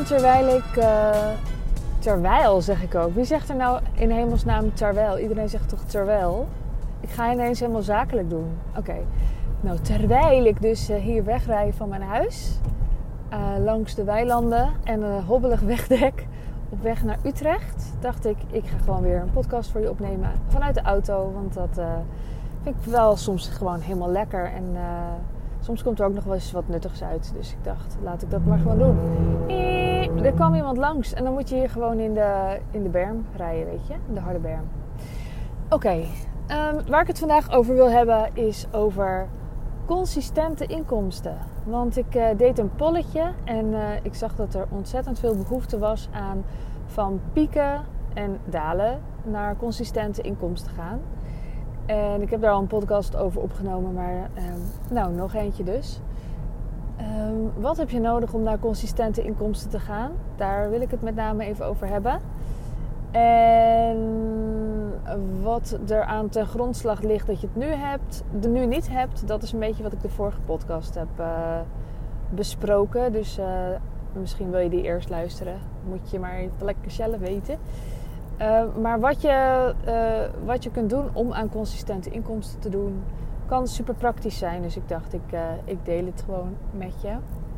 terwijl zeg ik ook. Wie zegt er nou in hemelsnaam terwijl? Iedereen zegt toch terwijl? Ik ga ineens helemaal zakelijk doen. Oké. Nou, terwijl ik dus hier wegrij van mijn huis. Langs de weilanden en een hobbelig wegdek op weg naar Utrecht. Dacht ik ga gewoon weer een podcast voor je opnemen vanuit de auto. Want dat vind ik wel soms gewoon helemaal lekker. En soms komt er ook nog wel eens wat nuttigs uit. Dus ik dacht, laat ik dat maar gewoon doen. Er kwam iemand langs en dan moet je hier gewoon in de berm rijden, weet je. In de harde berm. Oké, waar ik het vandaag over wil hebben is over consistente inkomsten. Want ik deed een polletje en ik zag dat er ontzettend veel behoefte was aan van pieken en dalen naar consistente inkomsten gaan. En ik heb daar al een podcast over opgenomen, maar nog eentje dus. Wat heb je nodig om naar consistente inkomsten te gaan? Daar wil ik het met name even over hebben. En wat er aan ten grondslag ligt dat je het nu niet hebt, dat is een beetje wat ik de vorige podcast heb besproken. Dus misschien wil je die eerst luisteren. Moet je maar even lekker zelf weten. Maar wat je kunt doen om aan consistente inkomsten te doen, kan super praktisch zijn. Dus ik dacht, ik deel het gewoon met je.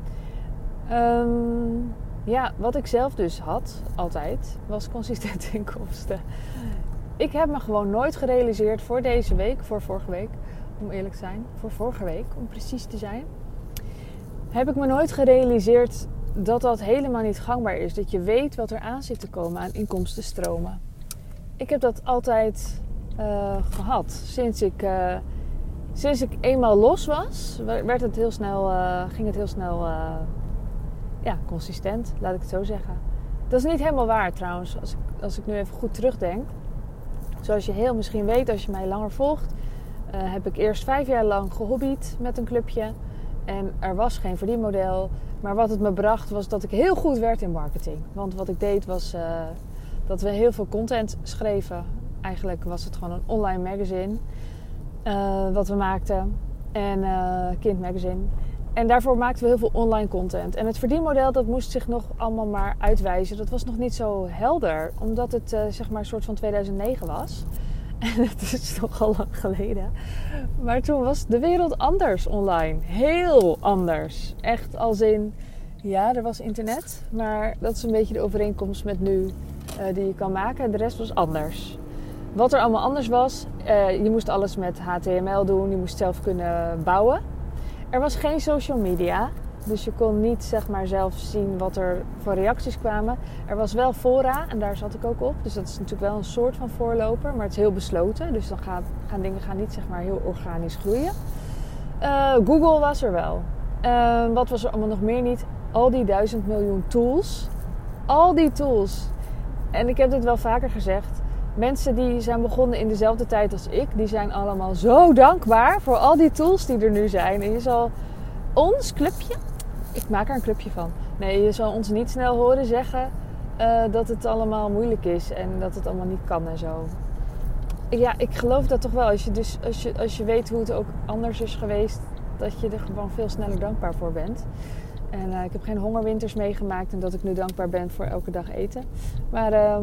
Wat ik zelf dus had, altijd, was consistente inkomsten. Ik heb me gewoon nooit gerealiseerd voor deze week, voor vorige week, om eerlijk te zijn. Voor vorige week, om precies te zijn. Heb ik me nooit gerealiseerd dat helemaal niet gangbaar is. Dat je weet wat er aan zit te komen aan inkomstenstromen. Ik heb dat altijd gehad. Sinds ik eenmaal los was, ging het heel snel consistent, laat ik het zo zeggen. Dat is niet helemaal waar trouwens, als ik nu even goed terugdenk. Zoals je heel misschien weet, als je mij langer volgt, heb ik eerst 5 jaar lang gehobby'd met een clubje. En er was geen verdienmodel. Maar wat het me bracht was dat ik heel goed werd in marketing. Want wat ik deed was dat we heel veel content schreven. Eigenlijk was het gewoon een online magazine wat we maakten. En kindmagazine. En daarvoor maakten we heel veel online content. En het verdienmodel dat moest zich nog allemaal maar uitwijzen. Dat was nog niet zo helder. Omdat het een soort van 2009 was. En het is nogal lang geleden. Maar toen was de wereld anders online. Heel anders. Echt als in, ja, er was internet. Maar dat is een beetje de overeenkomst met nu die je kan maken. De rest was anders. Wat er allemaal anders was, je moest alles met HTML doen. Je moest zelf kunnen bouwen. Er was geen social media. Dus je kon niet zelf zien wat er voor reacties kwamen. Er was wel fora en daar zat ik ook op. Dus dat is natuurlijk wel een soort van voorloper. Maar het is heel besloten. Dus dan gaan dingen niet heel organisch groeien. Google was er wel. Wat was er allemaal nog meer niet? Al die 1000 miljoen tools. Al die tools. En ik heb dit wel vaker gezegd. Mensen die zijn begonnen in dezelfde tijd als ik. Die zijn allemaal zo dankbaar voor al die tools die er nu zijn. En je zal ons clubje, ik maak er een clubje van. Nee, je zal ons niet snel horen zeggen dat het allemaal moeilijk is en dat het allemaal niet kan en zo. Ja, ik geloof dat toch wel. Als je weet hoe het ook anders is geweest, dat je er gewoon veel sneller dankbaar voor bent. En ik heb geen hongerwinters meegemaakt en dat ik nu dankbaar ben voor elke dag eten. Maar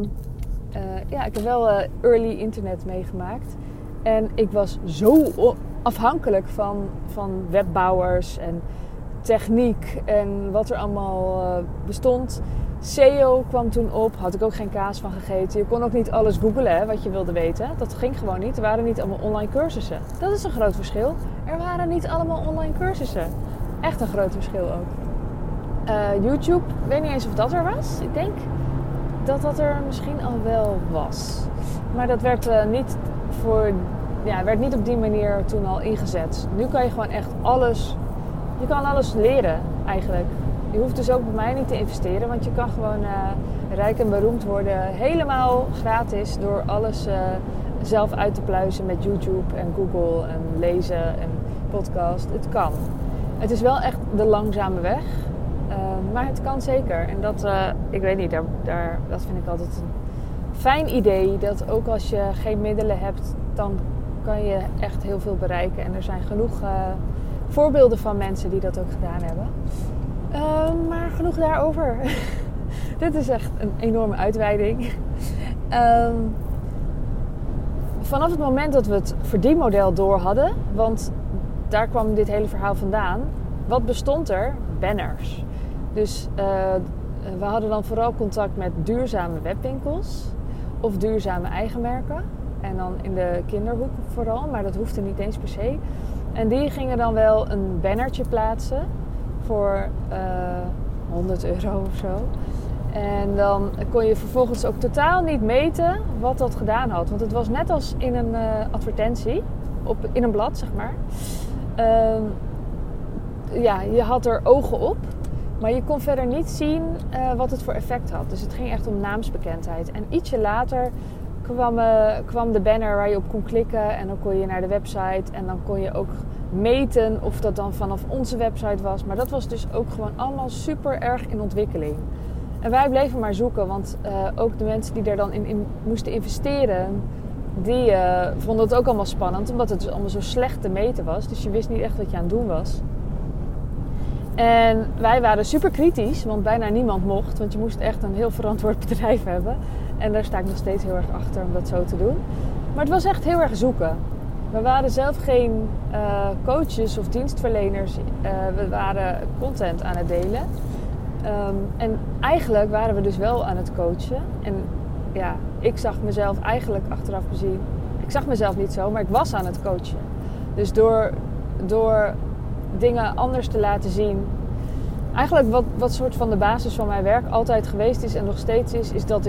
ik heb wel early internet meegemaakt. En ik was zo afhankelijk van webbouwers en techniek en wat er allemaal bestond. SEO kwam toen op, had ik ook geen kaas van gegeten. Je kon ook niet alles googlen wat je wilde weten. Dat ging gewoon niet. Er waren niet allemaal online cursussen. Dat is een groot verschil. Er waren niet allemaal online cursussen. Echt een groot verschil ook. YouTube, ik weet niet eens of dat er was. Ik denk dat er misschien al wel was. Maar dat werd werd niet op die manier toen al ingezet. Nu kan je gewoon echt alles leren eigenlijk. Je hoeft dus ook bij mij niet te investeren, want je kan gewoon rijk en beroemd worden helemaal gratis door alles zelf uit te pluizen met YouTube en Google en lezen en podcast. Het kan. Het is wel echt de langzame weg, maar het kan zeker. En dat, ik weet niet, dat vind ik altijd een fijn idee. Dat ook als je geen middelen hebt, dan kan je echt heel veel bereiken. En er zijn genoeg voorbeelden van mensen die dat ook gedaan hebben. Maar genoeg daarover. Dit is echt een enorme uitweiding. Vanaf het moment dat we het verdienmodel door hadden, want daar kwam dit hele verhaal vandaan. Wat bestond er? Banners. Dus we hadden dan vooral contact met duurzame webwinkels of duurzame eigenmerken. En dan in de kinderhoek vooral, maar dat hoefde niet eens per se. En die gingen dan wel een bannertje plaatsen voor €100 of zo. En dan kon je vervolgens ook totaal niet meten wat dat gedaan had. Want het was net als in een advertentie, in een blad zeg maar. Je had er ogen op, maar je kon verder niet zien wat het voor effect had. Dus het ging echt om naamsbekendheid. En ietsje later kwam de banner waar je op kon klikken en dan kon je naar de website en dan kon je ook meten of dat dan vanaf onze website was. Maar dat was dus ook gewoon allemaal super erg in ontwikkeling. En wij bleven maar zoeken, want ook de mensen die er dan in moesten investeren, die vonden het ook allemaal spannend, omdat het dus allemaal zo slecht te meten was. Dus je wist niet echt wat je aan het doen was. En wij waren super kritisch, want bijna niemand mocht, want je moest echt een heel verantwoord bedrijf hebben. En daar sta ik nog steeds heel erg achter om dat zo te doen. Maar het was echt heel erg zoeken. We waren zelf geen coaches of dienstverleners. We waren content aan het delen. En eigenlijk waren we dus wel aan het coachen. En ja, ik zag mezelf eigenlijk achteraf gezien... Ik zag mezelf niet zo, maar ik was aan het coachen. Dus door dingen anders te laten zien... Eigenlijk wat soort van de basis van mijn werk altijd geweest is en nog steeds is dat ik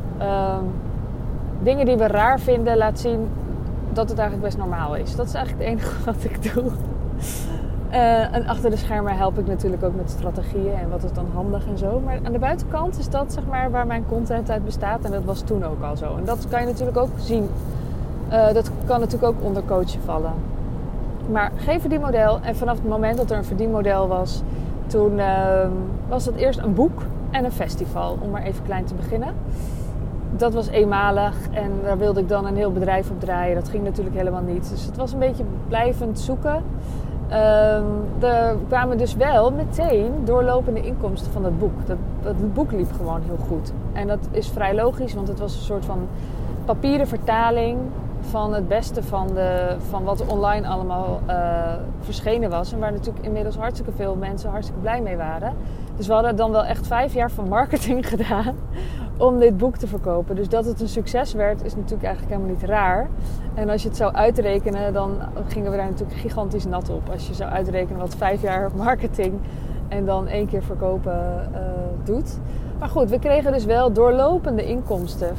dingen die we raar vinden laat zien dat het eigenlijk best normaal is. Dat is eigenlijk het enige wat ik doe. En achter de schermen help ik natuurlijk ook met strategieën en wat is dan handig en zo. Maar aan de buitenkant is dat zeg maar waar mijn content uit bestaat en dat was toen ook al zo. En dat kan je natuurlijk ook zien. Dat kan natuurlijk ook onder coachen vallen. Maar geen verdienmodel en vanaf het moment dat er een verdienmodel was, toen was dat eerst een boek en een festival, om maar even klein te beginnen. Dat was eenmalig en daar wilde ik dan een heel bedrijf op draaien. Dat ging natuurlijk helemaal niet. Dus het was een beetje blijvend zoeken. Er kwamen dus wel meteen doorlopende inkomsten van het boek. Het boek liep gewoon heel goed. En dat is vrij logisch, want het was een soort van papieren vertaling van het beste van wat er online allemaal verschenen was. En waar natuurlijk inmiddels hartstikke veel mensen hartstikke blij mee waren. Dus we hadden dan wel echt 5 jaar van marketing gedaan om dit boek te verkopen. Dus dat het een succes werd is natuurlijk eigenlijk helemaal niet raar. En als je het zou uitrekenen, dan gingen we daar natuurlijk gigantisch nat op. Als je zou uitrekenen wat 5 jaar marketing en dan 1 keer verkopen doet. Maar goed, we kregen dus wel doorlopende inkomsten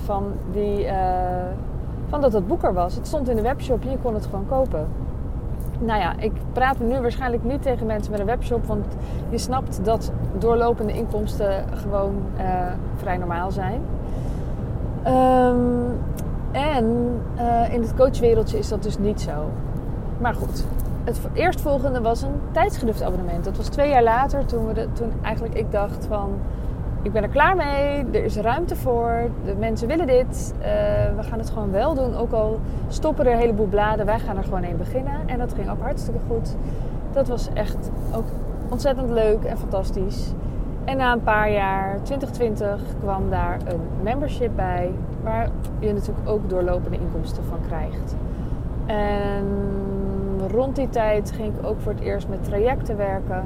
van dat het boek er was. Het stond in de webshop en je kon het gewoon kopen. Nou ja, ik praat nu waarschijnlijk niet tegen mensen met een webshop, want je snapt dat doorlopende inkomsten gewoon vrij normaal zijn. In het coachwereldje is dat dus niet zo. Maar goed, het eerstvolgende was een tijdschriftabonnement. Dat was 2 jaar later toen eigenlijk ik dacht van... Ik ben er klaar mee, er is ruimte voor, de mensen willen dit. We gaan het gewoon wel doen, ook al stoppen er een heleboel bladen. Wij gaan er gewoon in beginnen en dat ging ook hartstikke goed. Dat was echt ook ontzettend leuk en fantastisch. En na een paar jaar, 2020, kwam daar een membership bij... waar je natuurlijk ook doorlopende inkomsten van krijgt. En rond die tijd ging ik ook voor het eerst met trajecten werken...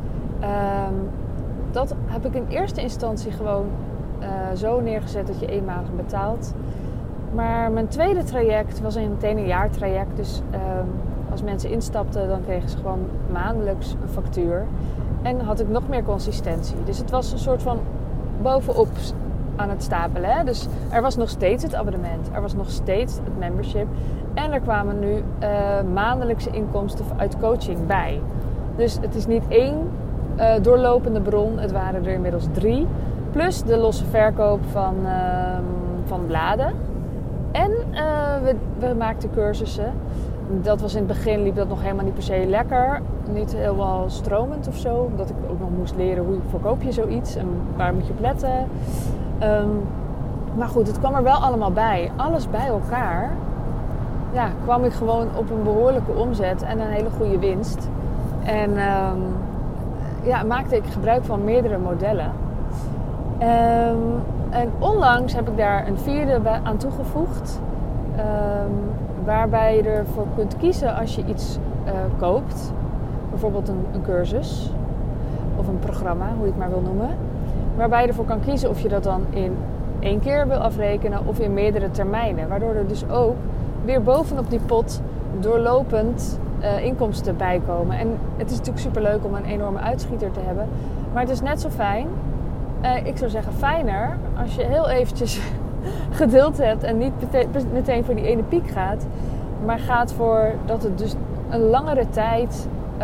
Dat heb ik in eerste instantie gewoon zo neergezet dat je eenmalig betaalt. Maar mijn tweede traject was meteen een jaartraject. Dus als mensen instapten, dan kregen ze gewoon maandelijks een factuur. En had ik nog meer consistentie. Dus het was een soort van bovenop aan het stapelen. Hè? Dus er was nog steeds het abonnement. Er was nog steeds het membership. En er kwamen nu maandelijkse inkomsten uit coaching bij. Dus het is niet 1... doorlopende bron, het waren er inmiddels 3. Plus de losse verkoop van bladen. En we maakten cursussen. Dat was in het begin, liep dat nog helemaal niet per se lekker. Niet helemaal stromend of zo. Omdat ik ook nog moest leren hoe verkoop je zoiets. En waar moet je op letten. Maar goed, het kwam er wel allemaal bij. Alles bij elkaar. Ja, kwam ik gewoon op een behoorlijke omzet en een hele goede winst. En... maakte ik gebruik van meerdere modellen. En onlangs heb ik daar een 4e aan toegevoegd. Waarbij je ervoor kunt kiezen als je iets koopt. Bijvoorbeeld een cursus. Of een programma, hoe je het maar wil noemen. Waarbij je ervoor kan kiezen of je dat dan in 1 keer wil afrekenen of in meerdere termijnen. Waardoor er dus ook weer bovenop die pot doorlopend inkomsten bijkomen. En het is natuurlijk superleuk om een enorme uitschieter te hebben. Maar het is net zo fijn, ik zou zeggen fijner, als je heel eventjes geduld hebt en niet meteen voor die ene piek gaat. Maar gaat voor dat het dus een langere tijd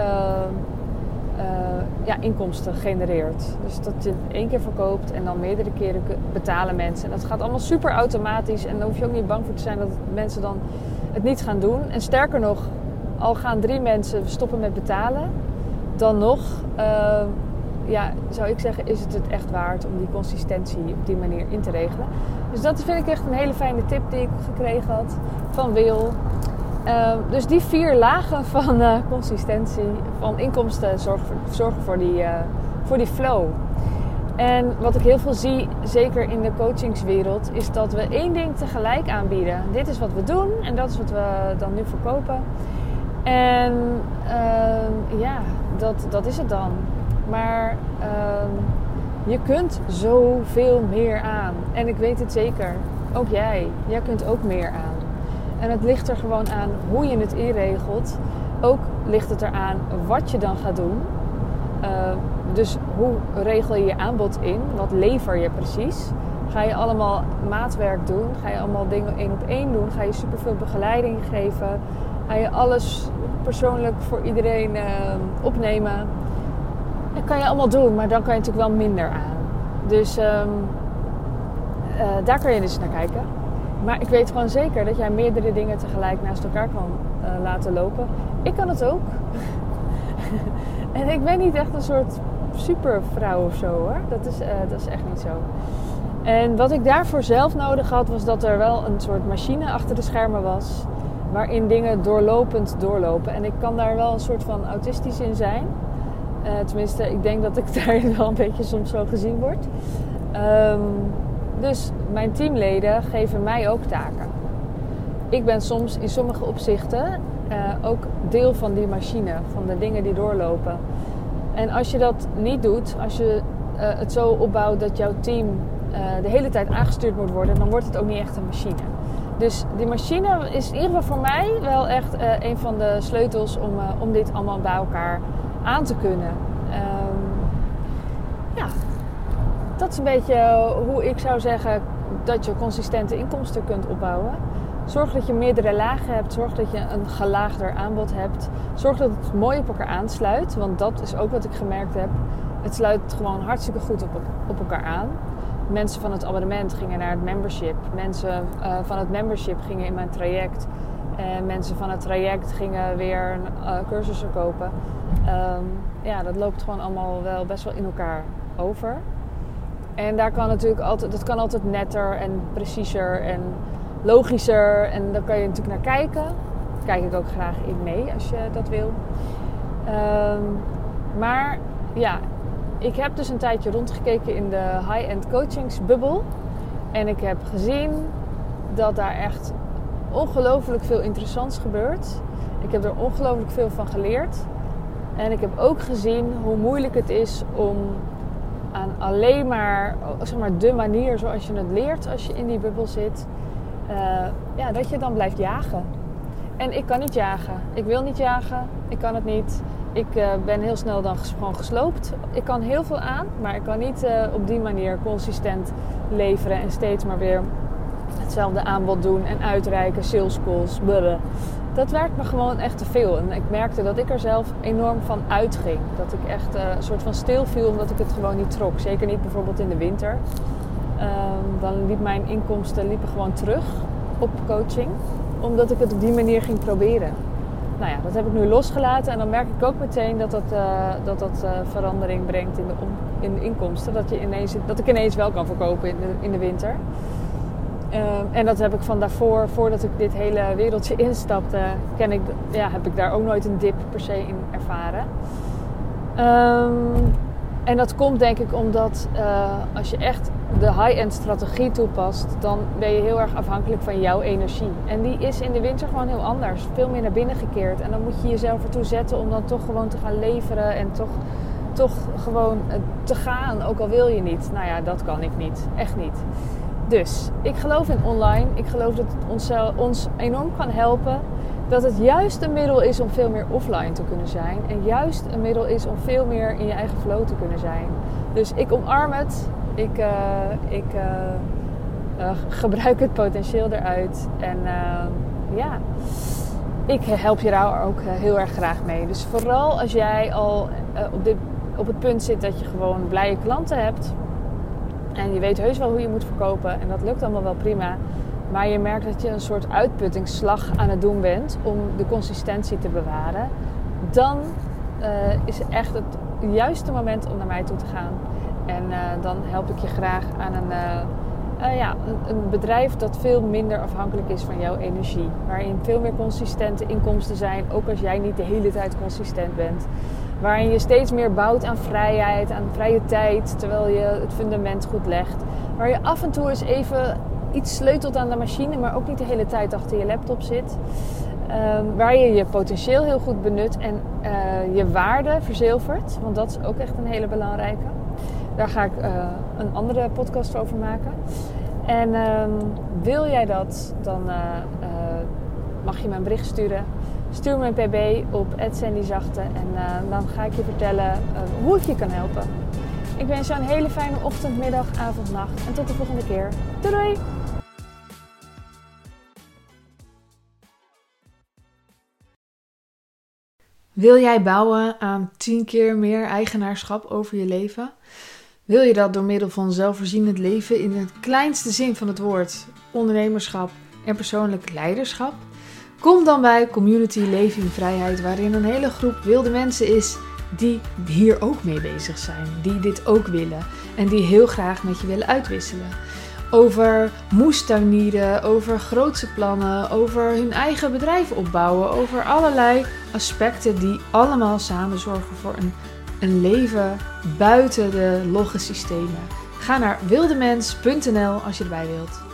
inkomsten genereert. Dus dat je het 1 keer verkoopt en dan meerdere keren betalen mensen. En dat gaat allemaal super automatisch. En daar hoef je ook niet bang voor te zijn dat mensen dan het niet gaan doen. En sterker nog, al gaan 3 mensen stoppen met betalen, dan nog, zou ik zeggen, is het echt waard om die consistentie op die manier in te regelen. Dus dat vind ik echt een hele fijne tip die ik gekregen had van Wil. Dus die 4 lagen van consistentie, van inkomsten zorgen voor die flow. En wat ik heel veel zie, zeker in de coachingswereld, is dat we 1 ding tegelijk aanbieden. Dit is wat we doen en dat is wat we dan nu verkopen. En dat is het dan. Maar je kunt zoveel meer aan. En ik weet het zeker, ook jij kunt ook meer aan. En het ligt er gewoon aan hoe je het inregelt. Ook ligt het eraan wat je dan gaat doen. Dus hoe regel je je aanbod in? Wat lever je precies? Ga je allemaal maatwerk doen? Ga je allemaal dingen 1 op 1 doen? Ga je superveel begeleiding geven? Ga je alles persoonlijk voor iedereen opnemen? Dat kan je allemaal doen, maar dan kan je natuurlijk wel minder aan. Dus daar kan je dus naar kijken. Maar ik weet gewoon zeker dat jij meerdere dingen tegelijk naast elkaar kan laten lopen. Ik kan het ook. En ik ben niet echt een soort supervrouw of zo hoor. Dat is echt niet zo. En wat ik daarvoor zelf nodig had, was dat er wel een soort machine achter de schermen was. Waarin dingen doorlopend doorlopen. En ik kan daar wel een soort van autistisch in zijn. Tenminste, ik denk dat ik daar wel een beetje soms zo gezien word. Dus mijn teamleden geven mij ook taken. Ik ben soms in sommige opzichten ook deel van die machine, van de dingen die doorlopen. En als je dat niet doet, als je het zo opbouwt dat jouw team de hele tijd aangestuurd moet worden, dan wordt het ook niet echt een machine. Dus die machine is in ieder geval voor mij wel echt een van de sleutels om dit allemaal bij elkaar aan te kunnen. Dat is een beetje hoe ik zou zeggen dat je consistente inkomsten kunt opbouwen. Zorg dat je meerdere lagen hebt. Zorg dat je een gelaagder aanbod hebt. Zorg dat het mooi op elkaar aansluit. Want dat is ook wat ik gemerkt heb. Het sluit gewoon hartstikke goed op elkaar aan. Mensen van het abonnement gingen naar het membership. Mensen van het membership gingen in mijn traject. En mensen van het traject gingen weer cursussen kopen. Dat loopt gewoon allemaal wel best wel in elkaar over. En daar kan natuurlijk dat kan altijd netter en preciezer en logischer. En daar kan je natuurlijk naar kijken. Daar kijk ik ook graag in mee als je dat wil. Maar ja, ik heb dus een tijdje rondgekeken in de high-end coachingsbubbel. En ik heb gezien dat daar echt ongelooflijk veel interessants gebeurt. Ik heb er ongelooflijk veel van geleerd. En ik heb ook gezien hoe moeilijk het is om aan alleen maar, zeg maar, de manier zoals je het leert als je in die bubbel zit, dat je dan blijft jagen. En ik kan niet jagen. Ik wil niet jagen. Ik kan het niet. Ik ben heel snel dan gewoon gesloopt. Ik kan heel veel aan, maar ik kan niet op die manier consistent leveren en steeds maar weer hetzelfde aanbod doen en uitreiken, sales calls, blablabla. Dat werkt me gewoon echt te veel. En ik merkte dat ik er zelf enorm van uitging. Dat ik echt een soort van stilviel omdat ik het gewoon niet trok. Zeker niet bijvoorbeeld in de winter. Dan liep mijn inkomsten gewoon terug op coaching. Omdat ik het op die manier ging proberen. Nou ja, dat heb ik nu losgelaten. En dan merk ik ook meteen dat verandering brengt in de inkomsten. Dat ik ineens wel kan verkopen in de winter. En dat heb ik van daarvoor, voordat ik dit hele wereldje instapte, heb ik daar ook nooit een dip per se in ervaren. En dat komt denk ik omdat als je echt de high-end strategie toepast, dan ben je heel erg afhankelijk van jouw energie. En die is in de winter gewoon heel anders. Veel meer naar binnen gekeerd. En dan moet je jezelf ertoe zetten om dan toch gewoon te gaan leveren en toch gewoon te gaan, ook al wil je niet. Nou ja, dat kan ik niet. Echt niet. Dus ik geloof in online. Ik geloof dat het ons enorm kan helpen. Dat het juist een middel is om veel meer offline te kunnen zijn. En juist een middel is om veel meer in je eigen flow te kunnen zijn. Dus ik omarm het. Ik gebruik het potentieel eruit. En ik help je daar ook heel erg graag mee. Dus vooral als jij al op het punt zit dat je gewoon blije klanten hebt. En je weet heus wel hoe je moet verkopen. En dat lukt allemaal wel prima. Maar je merkt dat je een soort uitputtingsslag aan het doen bent om de consistentie te bewaren. Dan is het echt het juiste moment om naar mij toe te gaan. En dan help ik je graag aan een bedrijf dat veel minder afhankelijk is van jouw energie. Waarin veel meer consistente inkomsten zijn, ook als jij niet de hele tijd consistent bent. Waarin je steeds meer bouwt aan vrijheid, aan vrije tijd, terwijl je het fundament goed legt. Waar je af en toe eens even iets sleutelt aan de machine, maar ook niet de hele tijd achter je laptop zit. Waar je je potentieel heel goed benut en je waarde verzilvert. Want dat is ook echt een hele belangrijke. Daar ga ik een andere podcast over maken. En wil jij dat, dan mag je me een bericht sturen. Stuur me een pb op @sandyzachte en dan ga ik je vertellen hoe ik je kan helpen. Ik wens jou een hele fijne ochtend, middag, avond, nacht en tot de volgende keer. Doei doei! Wil jij bouwen aan 10 keer meer eigenaarschap over je leven? Wil je dat door middel van zelfvoorzienend leven in de kleinste zin van het woord, ondernemerschap en persoonlijk leiderschap? Kom dan bij Community Leven in Vrijheid, waarin een hele groep wilde mensen is die hier ook mee bezig zijn, die dit ook willen en die heel graag met je willen uitwisselen. Over moestuinieren, over grootse plannen, over hun eigen bedrijf opbouwen, over allerlei aspecten die allemaal samen zorgen voor een leven buiten de logge systemen. Ga naar wildemens.nl als je erbij wilt.